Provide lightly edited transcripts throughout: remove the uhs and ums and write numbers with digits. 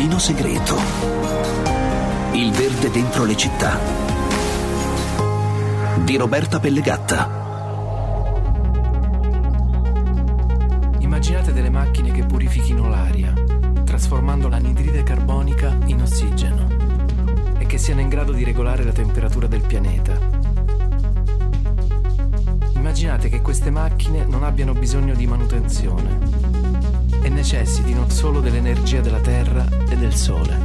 giardino segreto. Il verde dentro le città. Di Roberta Pellegatta. Immaginate delle macchine che purifichino l'aria, trasformando l'anidride carbonica in ossigeno, e che siano in grado di regolare la temperatura del pianeta. Immaginate che queste macchine non abbiano bisogno di manutenzione e necessitino solo dell'energia della Terra e del Sole.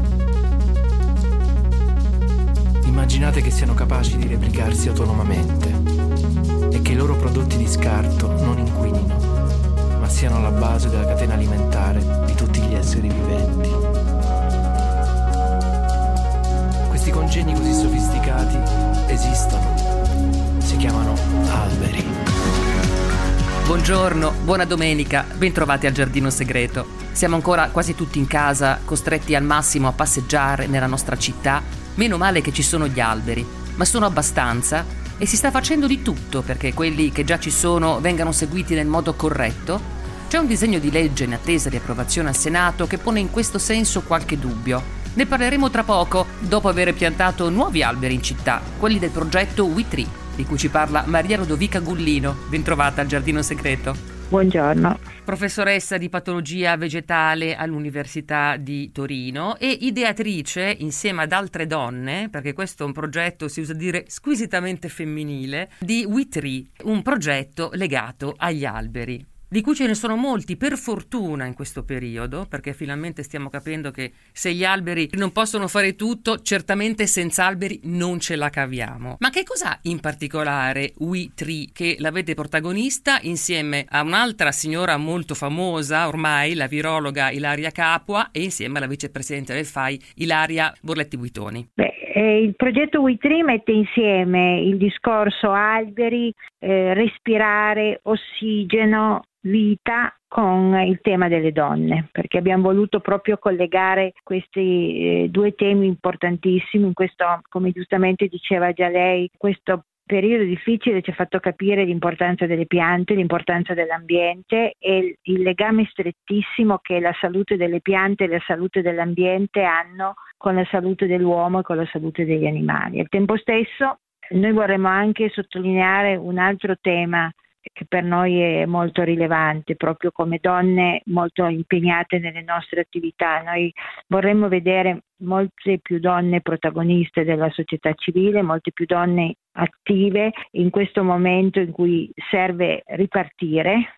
Immaginate che siano capaci di replicarsi autonomamente e che i loro prodotti di scarto non inquinino, ma siano alla base della catena alimentare di tutti gli esseri viventi. Questi congegni così sofisticati esistono. Si chiamano alberi. Buongiorno, buona domenica, bentrovati al Giardino Segreto. Siamo ancora quasi tutti in casa, costretti al massimo a passeggiare nella nostra città. Meno male che ci sono gli alberi, ma sono abbastanza e si sta facendo di tutto perché quelli che già ci sono vengano seguiti nel modo corretto. C'è un disegno di legge in attesa di approvazione al Senato che pone in questo senso qualche dubbio. Ne parleremo tra poco, dopo aver piantato nuovi alberi in città, quelli del progetto WeTree, di cui ci parla Maria Lodovica Gullino. Bentrovata al Giardino Segreto. Buongiorno. Professoressa di patologia vegetale all'Università di Torino e ideatrice, insieme ad altre donne, perché questo è un progetto, si usa dire, squisitamente femminile, di WeTree, un progetto legato agli alberi, di cui ce ne sono molti, per fortuna, in questo periodo, perché finalmente stiamo capendo che se gli alberi non possono fare tutto, certamente senza alberi non ce la caviamo. Ma che cos'ha in particolare WeTree, che la vede protagonista insieme a un'altra signora molto famosa ormai, la virologa Ilaria Capua, e insieme alla vicepresidente del FAI Ilaria Borletti-Buitoni? Il progetto WeTree mette insieme il discorso alberi, respirare, ossigeno, vita con il tema delle donne, perché abbiamo voluto proprio collegare questi due temi importantissimi in questo, come giustamente diceva già lei, questo periodo difficile ci ha fatto capire l'importanza delle piante, l'importanza dell'ambiente e il legame strettissimo che la salute delle piante e la salute dell'ambiente hanno con la salute dell'uomo e con la salute degli animali. Al tempo stesso noi vorremmo anche sottolineare un altro tema che per noi è molto rilevante, proprio come donne molto impegnate nelle nostre attività. Noi vorremmo vedere molte più donne protagoniste della società civile, molte più donne attive in questo momento in cui serve ripartire.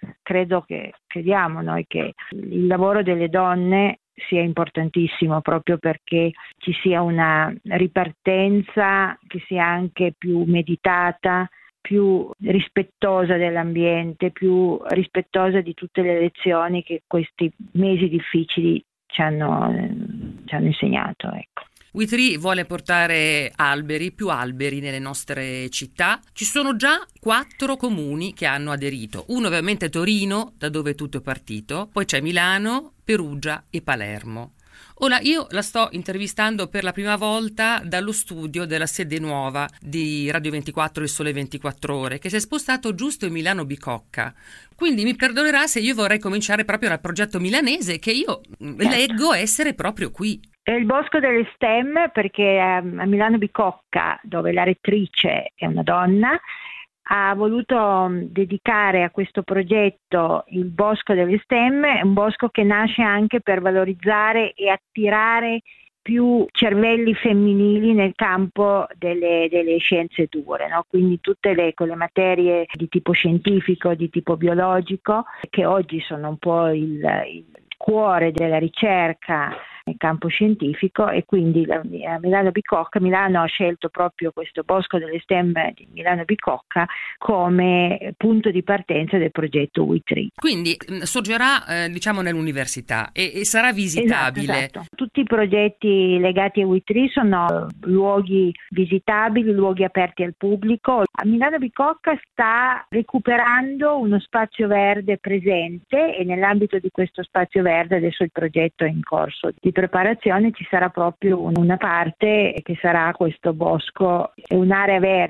Crediamo noi che il lavoro delle donne sia importantissimo proprio perché ci sia una ripartenza che sia anche più meditata, più rispettosa dell'ambiente, più rispettosa di tutte le lezioni che questi mesi difficili ci hanno insegnato. Ecco. WeTree vuole portare più alberi nelle nostre città. Ci sono già 4 comuni che hanno aderito. Uno ovviamente è Torino, da dove tutto è partito, poi c'è Milano, Perugia e Palermo. Ora io la sto intervistando per la prima volta dallo studio della sede nuova di Radio 24 e Sole 24 Ore, che si è spostato giusto in Milano Bicocca. Quindi mi perdonerà se io vorrei cominciare proprio dal progetto milanese, che io leggo essere proprio qui. È il Bosco delle Stem, perché a Milano Bicocca, dove la rettrice è una donna, ha voluto dedicare a questo progetto il Bosco delle Stem, un bosco che nasce anche per valorizzare e attirare più cervelli femminili nel campo delle scienze dure, no? Quindi tutte quelle materie di tipo scientifico, di tipo biologico, che oggi sono un po' il cuore della ricerca nel campo scientifico, e quindi a Milano ha scelto proprio questo Bosco delle Stem di Milano Bicocca come punto di partenza del progetto WeTree. Quindi sorgerà nell'università e sarà visitabile. Esatto. Tutti i progetti legati a WeTree sono luoghi visitabili, luoghi aperti al pubblico. A Milano Bicocca sta recuperando uno spazio verde presente, e nell'ambito di questo spazio verde adesso il progetto è in corso di preparazione. Ci sarà proprio una parte che sarà questo bosco, è un'area verde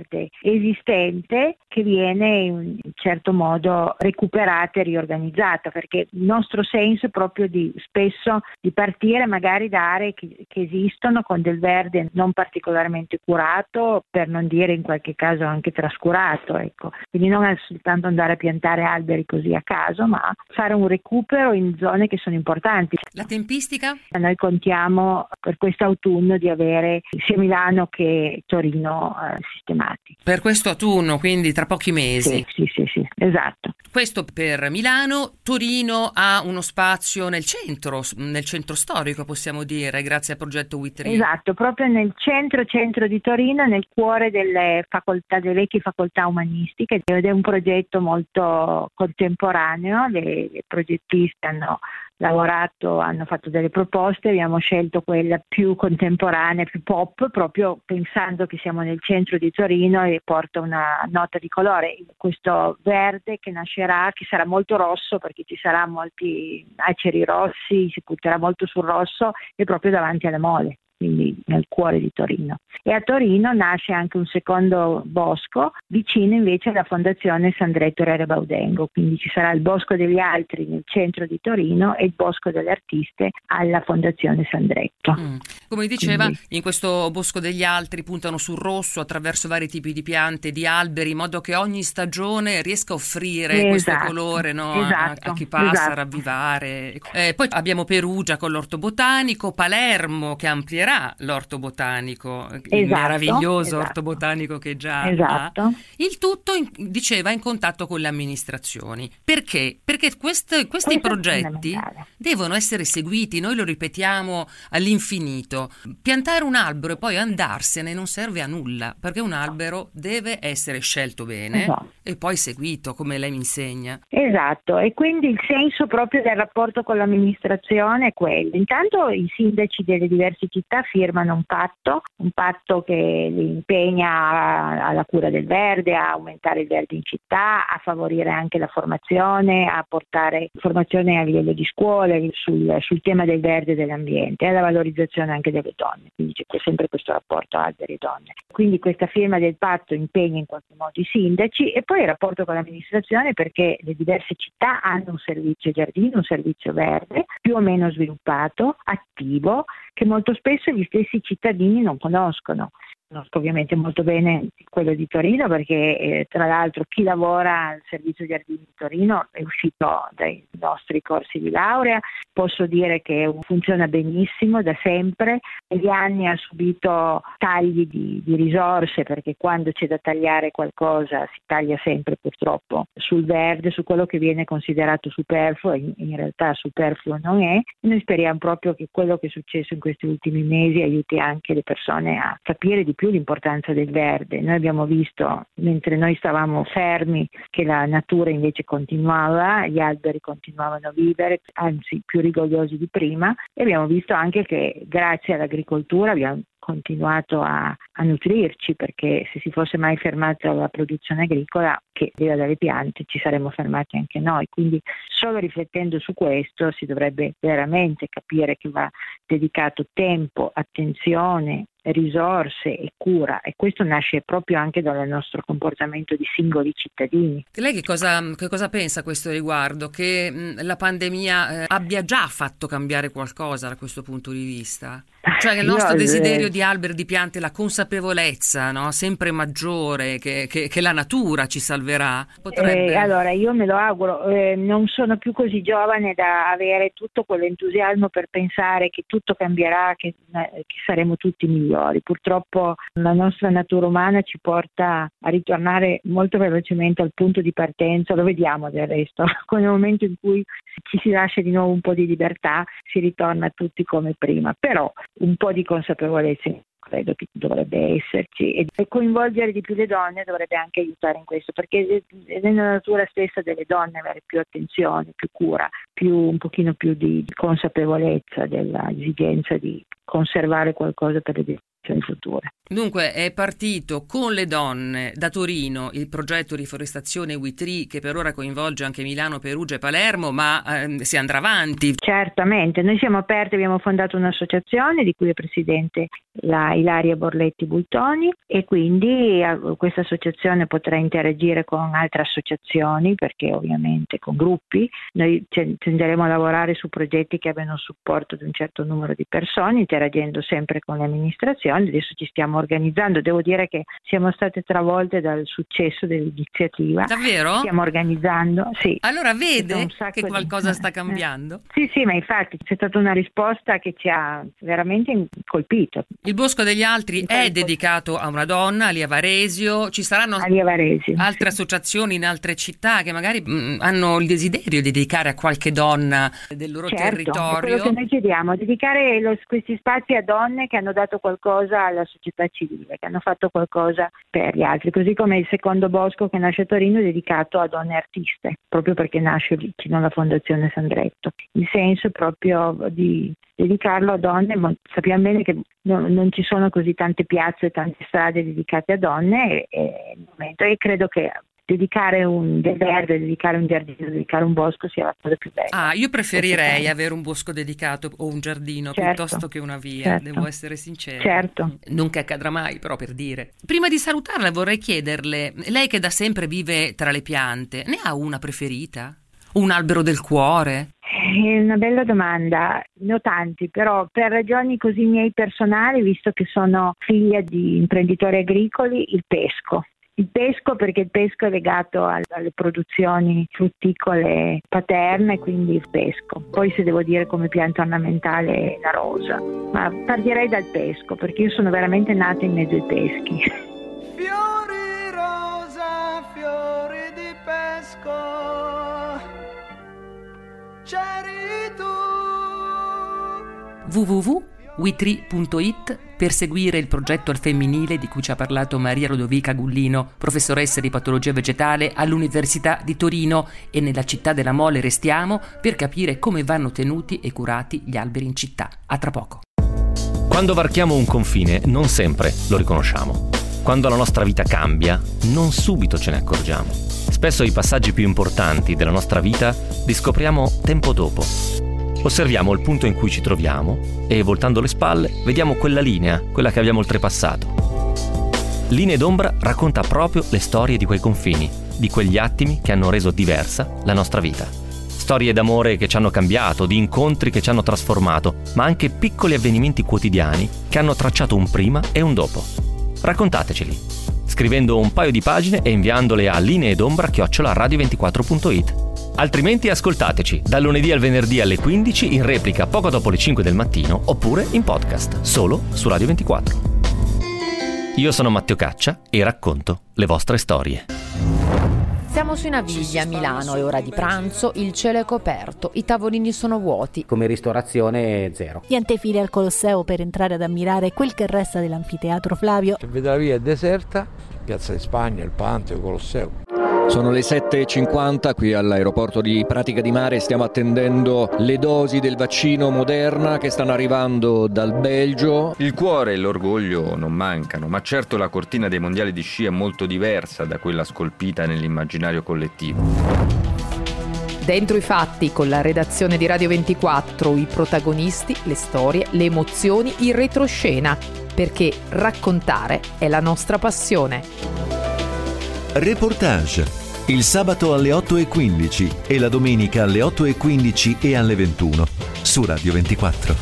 esistente che viene in certo modo recuperata e riorganizzata, perché il nostro senso è proprio spesso di partire magari da aree che esistono con del verde non particolarmente curato, per non dire in qualche caso anche trascurato, ecco. Quindi non è soltanto andare a piantare alberi così a caso, ma fare un recupero in zone che sono importanti. La tempistica? Noi contiamo per quest'autunno di avere sia Milano che Torino sistemati. Per questo autunno, quindi tra pochi mesi. Sì, esatto. Questo per Milano. Torino ha uno spazio nel centro storico, possiamo dire, grazie al progetto WeTree. Esatto, proprio nel centro di Torino, nel cuore delle vecchie facoltà umanistiche, ed è un progetto molto contemporaneo. Le progettiste hanno lavorato, hanno fatto delle proposte, abbiamo scelto quella più contemporanea, più pop, proprio pensando che siamo nel centro di Torino e porta una nota di colore. Questo verde che nascerà, che sarà molto rosso perché ci saranno molti aceri rossi, si punterà molto sul rosso, e proprio davanti alle mole, quindi nel cuore di Torino. E a Torino nasce anche un secondo bosco, vicino invece alla Fondazione Sandretto Rere Baudengo, quindi ci sarà il Bosco degli Altri nel centro di Torino e il Bosco delle Artiste alla Fondazione Sandretto. Come diceva, in questo Bosco degli Altri puntano sul rosso attraverso vari tipi di piante, di alberi, in modo che ogni stagione riesca a offrire questo colore, no? A chi passa, a ravvivare. Poi abbiamo Perugia con l'orto botanico, Palermo che amplierà l'orto botanico, il meraviglioso orto botanico che già ha. Il tutto diceva in contatto con le amministrazioni. Perché? Perché questi progetti devono essere seguiti, noi lo ripetiamo all'infinito. Piantare un albero e poi andarsene non serve a nulla, perché un albero deve essere scelto bene e poi seguito, come lei mi insegna. Esatto, e quindi il senso proprio del rapporto con l'amministrazione è quello. Intanto i sindaci delle diverse città firmano un patto che li impegna alla cura del verde, a aumentare il verde in città, a favorire anche la formazione, a portare formazione a livello di scuole sul tema del verde e dell'ambiente, e alla valorizzazione anche delle donne, quindi c'è sempre questo rapporto alberi e donne. Quindi questa firma del patto impegna in qualche modo i sindaci, e poi il rapporto con l'amministrazione, perché le diverse città hanno un servizio giardino, un servizio verde più o meno sviluppato, attivo, che molto spesso gli stessi cittadini non conoscono. Conosco ovviamente molto bene quello di Torino, perché tra l'altro chi lavora al servizio giardini di Torino è uscito dai nostri corsi di laurea. Posso dire che funziona benissimo da sempre. Negli anni ha subito tagli di risorse, perché quando c'è da tagliare qualcosa si taglia sempre purtroppo sul verde, su quello che viene considerato superfluo, in realtà superfluo non è. Noi speriamo proprio che quello che è successo in questi ultimi mesi aiuti anche le persone a capire di più l'importanza del verde. Noi abbiamo visto, mentre noi stavamo fermi, che la natura invece continuava, gli alberi continuavano a vivere, anzi più rigogliosi di prima, e abbiamo visto anche che grazie all'agricoltura abbiamo continuato a nutrirci, perché se si fosse mai fermata la produzione agricola che deriva dalle piante ci saremmo fermati anche noi. Quindi solo riflettendo su questo si dovrebbe veramente capire che va dedicato tempo, attenzione, risorse e cura, e questo nasce proprio anche dal nostro comportamento di singoli cittadini. Lei che cosa pensa a questo riguardo? Che la pandemia abbia già fatto cambiare qualcosa da questo punto di vista? Cioè il nostro desiderio di alberi, di piante, la consapevolezza, no? Sempre maggiore che la natura ci salverà? Potrebbe... Allora io me lo auguro, non sono più così giovane da avere tutto quell'entusiasmo per pensare che tutto cambierà, che saremo tutti migliori. Purtroppo la nostra natura umana ci porta a ritornare molto velocemente al punto di partenza, lo vediamo del resto, con il momento in cui ci si lascia di nuovo un po' di libertà si ritorna tutti come prima, però un po' di consapevolezza credo che dovrebbe esserci, e coinvolgere di più le donne dovrebbe anche aiutare in questo, perché è nella natura stessa delle donne avere più attenzione, più cura, un pochino più di consapevolezza dell'esigenza di conservare qualcosa per le future. Dunque è partito con le donne da Torino il progetto Riforestazione We Tree, che per ora coinvolge anche Milano, Perugia e Palermo, ma si andrà avanti. Certamente, noi siamo aperti, abbiamo fondato un'associazione di cui è presidente la Ilaria Borletti Bultoni, e quindi questa associazione potrà interagire con altre associazioni, perché ovviamente con gruppi. Noi tenderemo a lavorare su progetti che abbiano supporto di un certo numero di persone, interagendo sempre con le amministrazioni. Adesso ci stiamo organizzando, devo dire che siamo state travolte dal successo dell'iniziativa. Davvero? Stiamo organizzando, sì. Allora vede che qualcosa sta cambiando? Sì, ma infatti c'è stata una risposta che ci ha veramente colpito. Il Bosco degli Altri è dedicato a una donna, lì a Varesio. Ci saranno altre associazioni in altre città che magari hanno il desiderio di dedicare a qualche donna del loro territorio. È quello che noi chiediamo, dedicare questi spazi a donne che hanno dato qualcosa alla società civile, che hanno fatto qualcosa per gli altri, così come il secondo bosco che nasce a Torino è dedicato a donne artiste, proprio perché nasce vicino alla Fondazione Sandretto. Il senso è proprio di dedicarlo a donne, ma sappiamo bene che non ci sono così tante piazze, tante strade dedicate a donne, e credo che dedicare del verde, dedicare un giardino, dedicare un bosco sia la cosa più bella. Io preferirei avere un bosco dedicato o un giardino piuttosto che una via, devo essere sincera. Certo. Non che accadrà mai, però per dire. Prima di salutarla vorrei chiederle, lei che da sempre vive tra le piante, ne ha una preferita? Un albero del cuore? È una bella domanda, ne ho tanti, però per ragioni così miei personali, visto che sono figlia di imprenditori agricoli, il pesco. Il pesco, perché il pesco è legato alle produzioni frutticole paterne, quindi il pesco. Poi se devo dire come pianta ornamentale la rosa, ma partirei dal pesco, perché io sono veramente nata in mezzo ai peschi. Fiori rosa, fiori di pesco, c'eri tu. www.wetree.it per seguire il progetto al femminile di cui ci ha parlato Maria Lodovica Gullino, professoressa di patologia vegetale all'Università di Torino, e nella città della Mole restiamo per capire come vanno tenuti e curati gli alberi in città. A tra poco. Quando varchiamo un confine non sempre lo riconosciamo. Quando la nostra vita cambia, non subito ce ne accorgiamo. Spesso i passaggi più importanti della nostra vita li scopriamo tempo dopo. Osserviamo il punto in cui ci troviamo e, voltando le spalle, vediamo quella linea, quella che abbiamo oltrepassato. Linee d'ombra racconta proprio le storie di quei confini, di quegli attimi che hanno reso diversa la nostra vita. Storie d'amore che ci hanno cambiato, di incontri che ci hanno trasformato, ma anche piccoli avvenimenti quotidiani che hanno tracciato un prima e un dopo. Raccontateceli, scrivendo un paio di pagine e inviandole a lineedombra@radio24.it. Altrimenti ascoltateci dal lunedì al venerdì alle 15 in replica poco dopo le 5 del mattino, oppure in podcast solo su Radio 24. Io sono Matteo Caccia e racconto le vostre storie. Siamo sui Navigli a Milano, è ora di pranzo, il cielo è coperto, i tavolini sono vuoti. Come ristorazione zero. Niente file al Colosseo per entrare ad ammirare quel che resta dell'anfiteatro Flavio. Se vede la via è deserta, Piazza di Spagna, il Pantheon, il Colosseo. Sono le 7.50 qui all'aeroporto di Pratica di Mare, stiamo attendendo le dosi del vaccino Moderna che stanno arrivando dal Belgio. Il cuore e l'orgoglio non mancano, ma certo la cortina dei mondiali di sci è molto diversa da quella scolpita nell'immaginario collettivo. Dentro i fatti, con la redazione di Radio 24, i protagonisti, le storie, le emozioni, il retroscena, perché raccontare è la nostra passione. Reportage, il sabato alle 8.15 e la domenica alle 8.15 e alle 21 su Radio 24.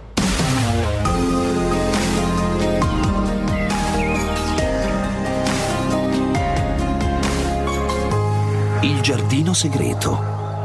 Il giardino segreto.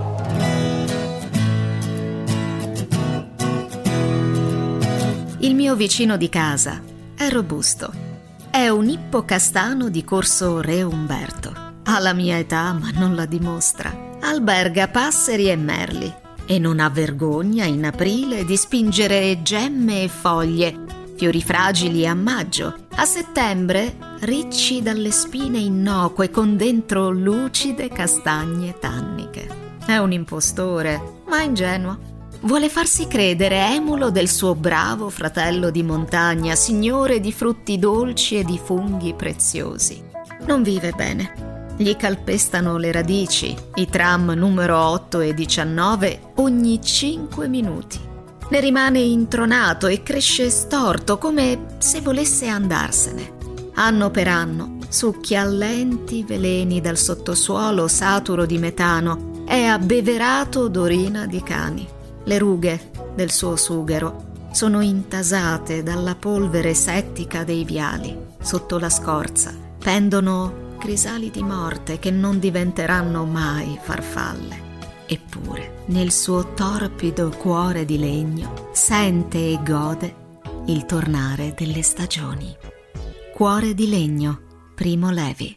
Il mio vicino di casa è robusto. È un ippocastano di corso Re Umberto. Ha la mia età, ma non la dimostra. Alberga passeri e merli e non ha vergogna in aprile di spingere gemme e foglie, fiori fragili a maggio. A settembre ricci dalle spine innocue con dentro lucide castagne tanniche. È un impostore, ma ingenuo. Vuole farsi credere emulo del suo bravo fratello di montagna, signore di frutti dolci e di funghi preziosi. Non vive bene. Gli calpestano le radici, i tram numero 8 e 19 ogni 5 minuti. Ne rimane intronato e cresce storto come se volesse andarsene. Anno per anno succhia lenti veleni dal sottosuolo saturo di metano, è abbeverato d'orina di cani. Le rughe del suo sughero sono intasate dalla polvere settica dei viali. Sotto la scorza pendono crisali di morte che non diventeranno mai farfalle. Eppure, nel suo torpido cuore di legno, sente e gode il tornare delle stagioni. Cuore di legno, Primo Levi.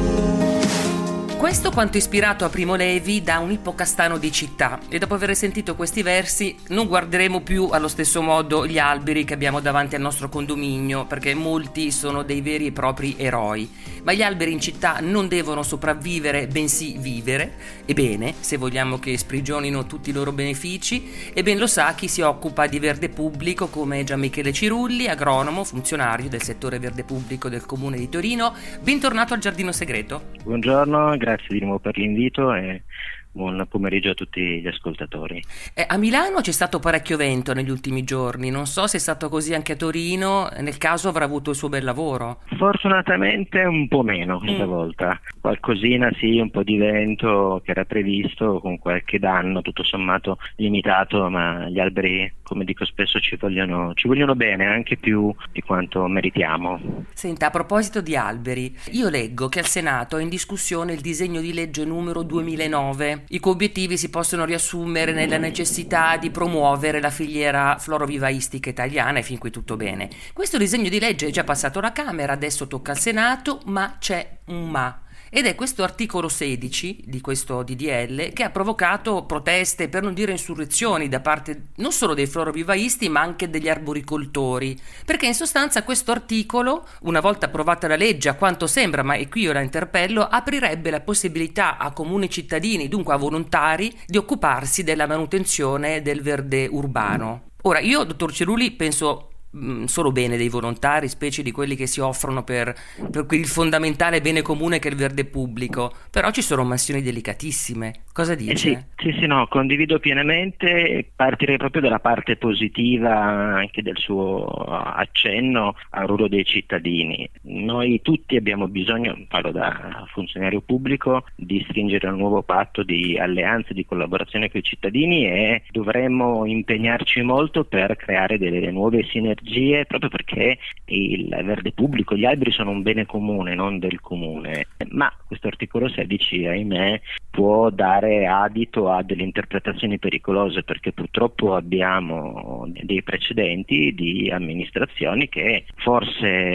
Questo quanto ispirato a Primo Levi da un ippocastano di città, e dopo aver sentito questi versi non guarderemo più allo stesso modo gli alberi che abbiamo davanti al nostro condominio, perché molti sono dei veri e propri eroi. Ma gli alberi in città non devono sopravvivere, bensì vivere, e bene, se vogliamo che sprigionino tutti i loro benefici, e ben lo sa chi si occupa di verde pubblico come Gianmichele Cirulli, agronomo, funzionario del settore verde pubblico del Comune di Torino. Bentornato al Giardino Segreto. Buongiorno, grazie di nuovo per l'invito e buon pomeriggio a tutti gli ascoltatori. A Milano c'è stato parecchio vento negli ultimi giorni, non so se è stato così anche a Torino, nel caso avrà avuto il suo bel lavoro. Fortunatamente un po' meno questa volta, qualcosina sì, un po' di vento che era previsto con qualche danno tutto sommato limitato, ma gli alberi, come dico spesso, ci vogliono bene, anche più di quanto meritiamo. Senta, a proposito di alberi, io leggo che al Senato è in discussione il disegno di legge numero 2009, i cui obiettivi si possono riassumere nella necessità di promuovere la filiera florovivaistica italiana, e fin qui tutto bene. Questo disegno di legge è già passato alla Camera, adesso tocca al Senato, ma c'è un ma. Ed è questo articolo 16 di questo DDL che ha provocato proteste, per non dire insurrezioni, da parte non solo dei florovivaisti ma anche degli arboricoltori, perché in sostanza questo articolo, una volta approvata la legge, a quanto sembra, ma e qui io la interpello, aprirebbe la possibilità a comuni cittadini, dunque a volontari, di occuparsi della manutenzione del verde urbano. Ora, io, dottor Cirulli, penso solo bene dei volontari, specie di quelli che si offrono per il fondamentale bene comune che è il verde pubblico, però ci sono mansioni delicatissime. Cosa dice? Sì, no, condivido pienamente. Partirei proprio dalla parte positiva anche del suo accenno al ruolo dei cittadini. Noi tutti abbiamo bisogno, parlo da funzionario pubblico, di stringere un nuovo patto di alleanza, di collaborazione con i cittadini, e dovremmo impegnarci molto per creare delle nuove sinergie, proprio perché il verde pubblico, gli alberi sono un bene comune, non del comune. Ma questo articolo 16, ahimè, può dare adito a delle interpretazioni pericolose, perché purtroppo abbiamo dei precedenti di amministrazioni che forse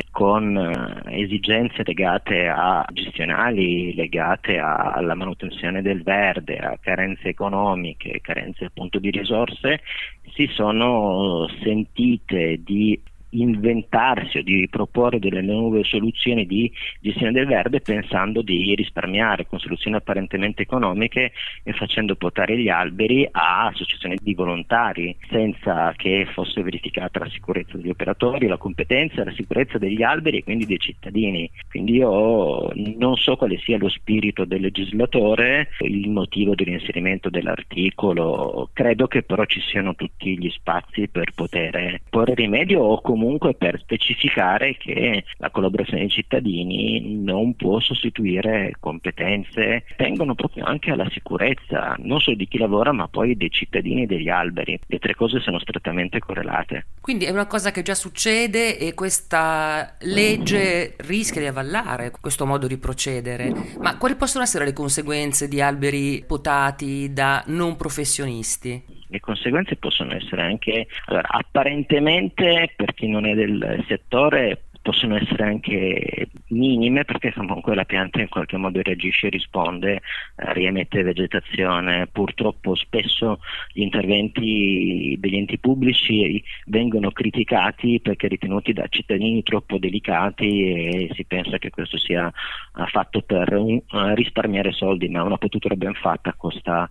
con esigenze legate a gestionali, legate alla manutenzione del verde, a carenze economiche, carenze appunto di risorse, si sono sentite di inventarsi o di proporre delle nuove soluzioni di gestione del verde, pensando di risparmiare con soluzioni apparentemente economiche e facendo portare gli alberi a associazioni di volontari, senza che fosse verificata la sicurezza degli operatori, la competenza e la sicurezza degli alberi e quindi dei cittadini. Quindi io non so quale sia lo spirito del legislatore, il motivo dell'inserimento dell'articolo. Credo che però ci siano tutti gli spazi per poter porre rimedio, o comunque per specificare che la collaborazione dei cittadini non può sostituire competenze, tengono proprio anche alla sicurezza non solo di chi lavora ma poi dei cittadini e degli alberi. Le tre cose sono strettamente correlate. Quindi è una cosa che già succede e questa legge rischia di avvallare questo modo di procedere. Ma quali possono essere le conseguenze di alberi potati da non professionisti? Le conseguenze possono essere anche, apparentemente, per chi non è del settore, possono essere anche minime, perché comunque la pianta in qualche modo reagisce, risponde, riemette vegetazione. Purtroppo spesso gli interventi degli enti pubblici vengono criticati perché ritenuti da cittadini troppo delicati, e si pensa che questo sia fatto per risparmiare soldi, ma una potutura ben fatta costa,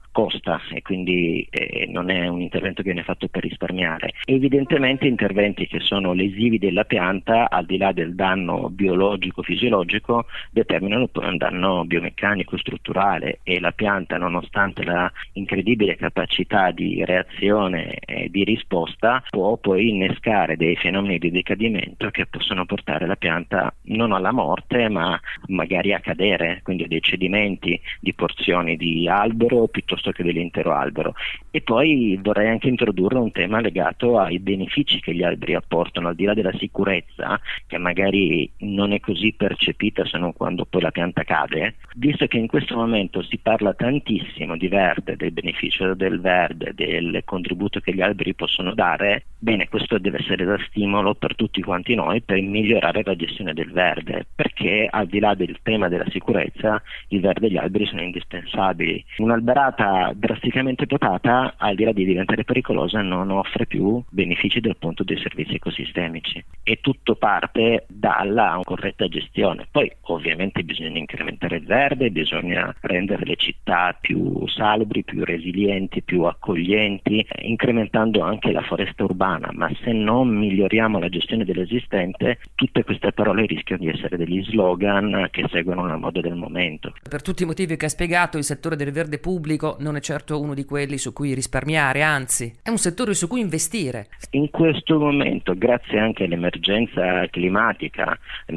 e quindi non è un intervento che viene fatto per risparmiare. Evidentemente interventi che sono lesivi della pianta, al di là del danno biologico fisiologico, determinano poi un danno biomeccanico strutturale, e la pianta, nonostante la incredibile capacità di reazione e di risposta, può poi innescare dei fenomeni di decadimento che possono portare la pianta non alla morte, ma magari a cadere, quindi dei cedimenti di porzioni di albero piuttosto che dell'intero albero. E poi vorrei anche introdurre un tema legato ai benefici che gli alberi apportano, al di là della sicurezza, che magari non è così percepita se non quando poi la pianta cade, visto che in questo momento si parla tantissimo di verde, del beneficio del verde, del contributo che gli alberi possono dare. Bene, questo deve essere da stimolo per tutti quanti noi per migliorare la gestione del verde, perché al di là del tema della sicurezza, il verde e gli alberi sono indispensabili. Un'alberata drasticamente potata, al di là di diventare pericolosa, non offre più benefici dal punto dei servizi ecosistemici, e tutto parte dalla corretta gestione. Poi ovviamente bisogna incrementare il verde, bisogna rendere le città più salubri, più resilienti, più accoglienti, incrementando anche la foresta urbana, ma se non miglioriamo la gestione dell'esistente, tutte queste parole rischiano di essere degli slogan che seguono la moda del momento. Per tutti i motivi che ha spiegato, il settore del verde pubblico non è certo uno di quelli su cui risparmiare, anzi è un settore su cui investire. In questo momento, grazie anche all'emergenza climatica,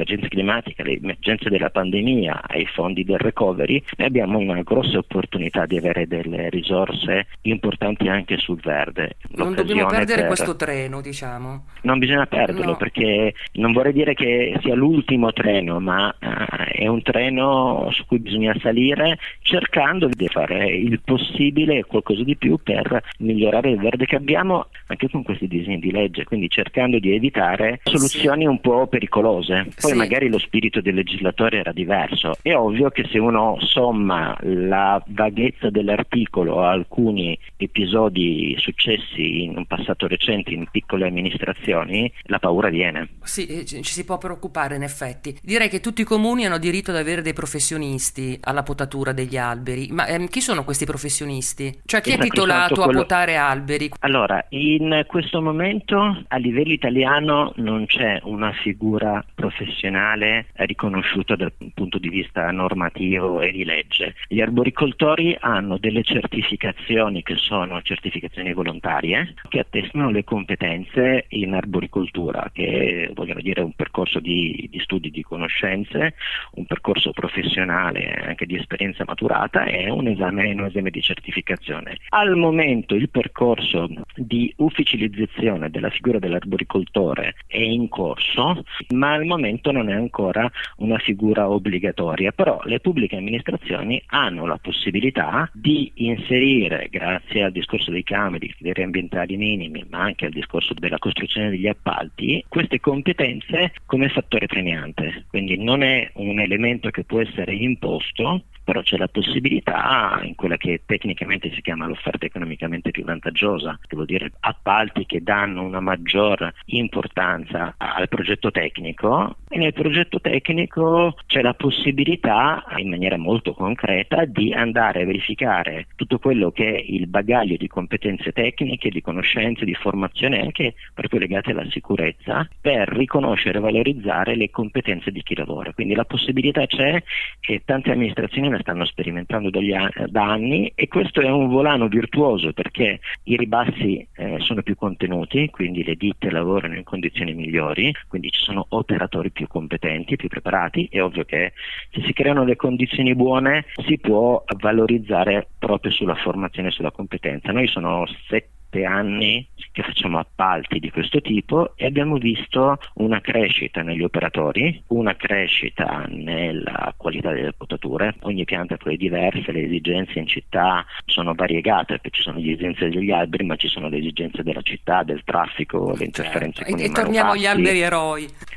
l'emergenza della pandemia, ai fondi del recovery, noi abbiamo una grossa opportunità di avere delle risorse importanti anche sul verde. Non dobbiamo perdere questo treno, diciamo. Non bisogna perderlo, perché non vorrei dire che sia l'ultimo treno, ma è un treno su cui bisogna salire, cercando di fare il possibile e qualcosa di più per migliorare il verde che abbiamo anche con questi disegni di legge, quindi cercando di evitare soluzioni un po' pericolose. Poi magari lo spirito del legislatore era diverso. È ovvio che se uno somma la vaghezza dell'articolo a alcuni episodi successi in un passato recente in piccole amministrazioni, la paura viene. Sì, ci si può preoccupare in effetti. Direi che tutti i comuni hanno diritto ad avere dei professionisti alla potatura degli alberi, ma chi sono questi professionisti? Cioè chi è titolato a potare alberi? Allora, in questo momento a livello italiano non c'è una figura professionale riconosciuta dal punto di vista normativo e di legge. Gli arboricoltori hanno delle certificazioni che sono certificazioni volontarie che attestano le competenze in arboricoltura, che vogliono dire un percorso di studi, di conoscenze, un percorso professionale anche di esperienza maturata e un esame di certificazione. Al momento il percorso di ufficializzazione della figura dell'arboricoltore è in corso, ma al momento non è ancora una figura obbligatoria, però le pubbliche amministrazioni hanno la possibilità di inserire, grazie al discorso dei canoni, criteri ambientali minimi, ma anche al discorso della costruzione degli appalti, queste competenze come fattore premiante. Quindi non è un elemento che può essere imposto, però c'è la possibilità in quella che tecnicamente si chiama l'offerta economicamente più vantaggiosa, che vuol dire appalti che danno una maggior importanza al progetto tecnico, e nel progetto tecnico c'è la possibilità in maniera molto concreta di andare a verificare tutto quello che è il bagaglio di competenze tecniche, di conoscenze, di formazione anche proprio legate alla sicurezza, per riconoscere e valorizzare le competenze di chi lavora. Quindi la possibilità c'è, e tante amministrazioni la stanno sperimentando da anni, e questo è un volano virtuoso perché i ribassi sono più contenuti, quindi le ditte lavorano in condizioni migliori, quindi ci sono operatori più competenti, più preparati. È ovvio che se si creano le condizioni buone si può valorizzare proprio sulla formazione e sulla competenza. Noi sono 7 anni che facciamo appalti di questo tipo e abbiamo visto una crescita negli operatori, una crescita nella qualità delle potature. Ogni pianta poi è diversa, le esigenze in città sono variegate, perché ci sono le esigenze degli alberi, ma ci sono le esigenze della città, del traffico, le interferenze con i torniamo agli alberi eroi.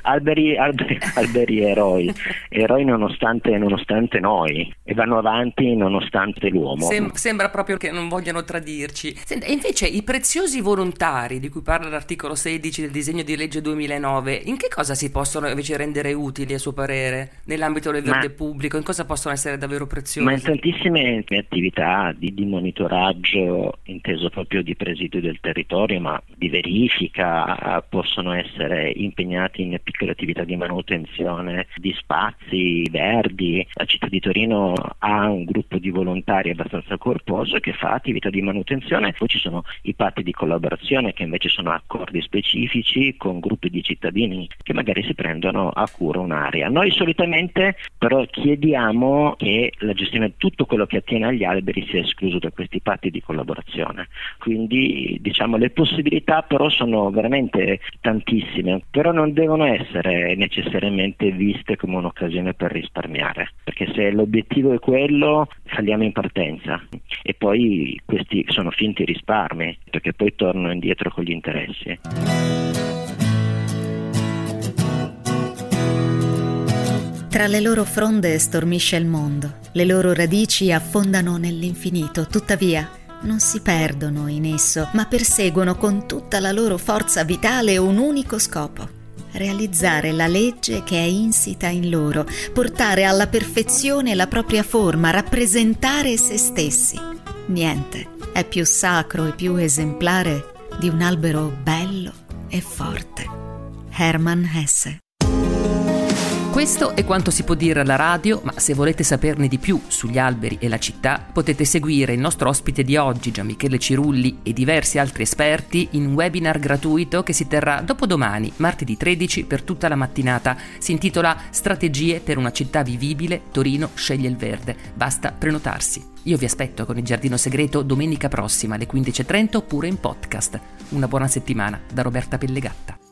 alberi eroi nonostante noi, e vanno avanti nonostante l'uomo. Sembra proprio che non vogliano tradirci. Senta, invece i preziosi volontari di cui parla l'articolo 16 del disegno di legge 2009, in che cosa si possono invece rendere utili a suo parere nell'ambito del verde pubblico? In cosa possono essere davvero preziosi? Ma in tantissime attività di monitoraggio, inteso proprio di presidio del territorio, ma di verifica, possono essere impegnati in piccole attività di manutenzione di spazi verdi. La città di Torino ha un gruppo di volontari abbastanza corposo che fa attività di manutenzione, poi ci sono i patti di collaborazione che invece sono accordi specifici con gruppi di cittadini che magari si prendono a cura un'area. Noi solitamente però chiediamo che la gestione di tutto quello che attiene agli alberi sia escluso da questi patti di collaborazione, quindi diciamo le possibilità però sono veramente tantissime, però non devono essere necessariamente viste come un'occasione per risparmiare, perché se l'obiettivo è quello falliamo in partenza e poi questi sono finti risparmi, perché poi tornano indietro con gli interessi. Tra le loro fronde stormisce il mondo, le loro radici affondano nell'infinito, tuttavia non si perdono in esso, ma perseguono con tutta la loro forza vitale un unico scopo: realizzare la legge che è insita in loro, portare alla perfezione la propria forma, rappresentare se stessi. Niente è più sacro e più esemplare di un albero bello e forte. Hermann Hesse. Questo è quanto si può dire alla radio, ma se volete saperne di più sugli alberi e la città, potete seguire il nostro ospite di oggi, Gianmichele Cirulli, e diversi altri esperti in un webinar gratuito che si terrà dopodomani, martedì 13, per tutta la mattinata. Si intitola Strategie per una città vivibile, Torino sceglie il verde. Basta prenotarsi. Io vi aspetto con il Giardino Segreto domenica prossima alle 15:30 oppure in podcast. Una buona settimana da Roberta Pellegatta.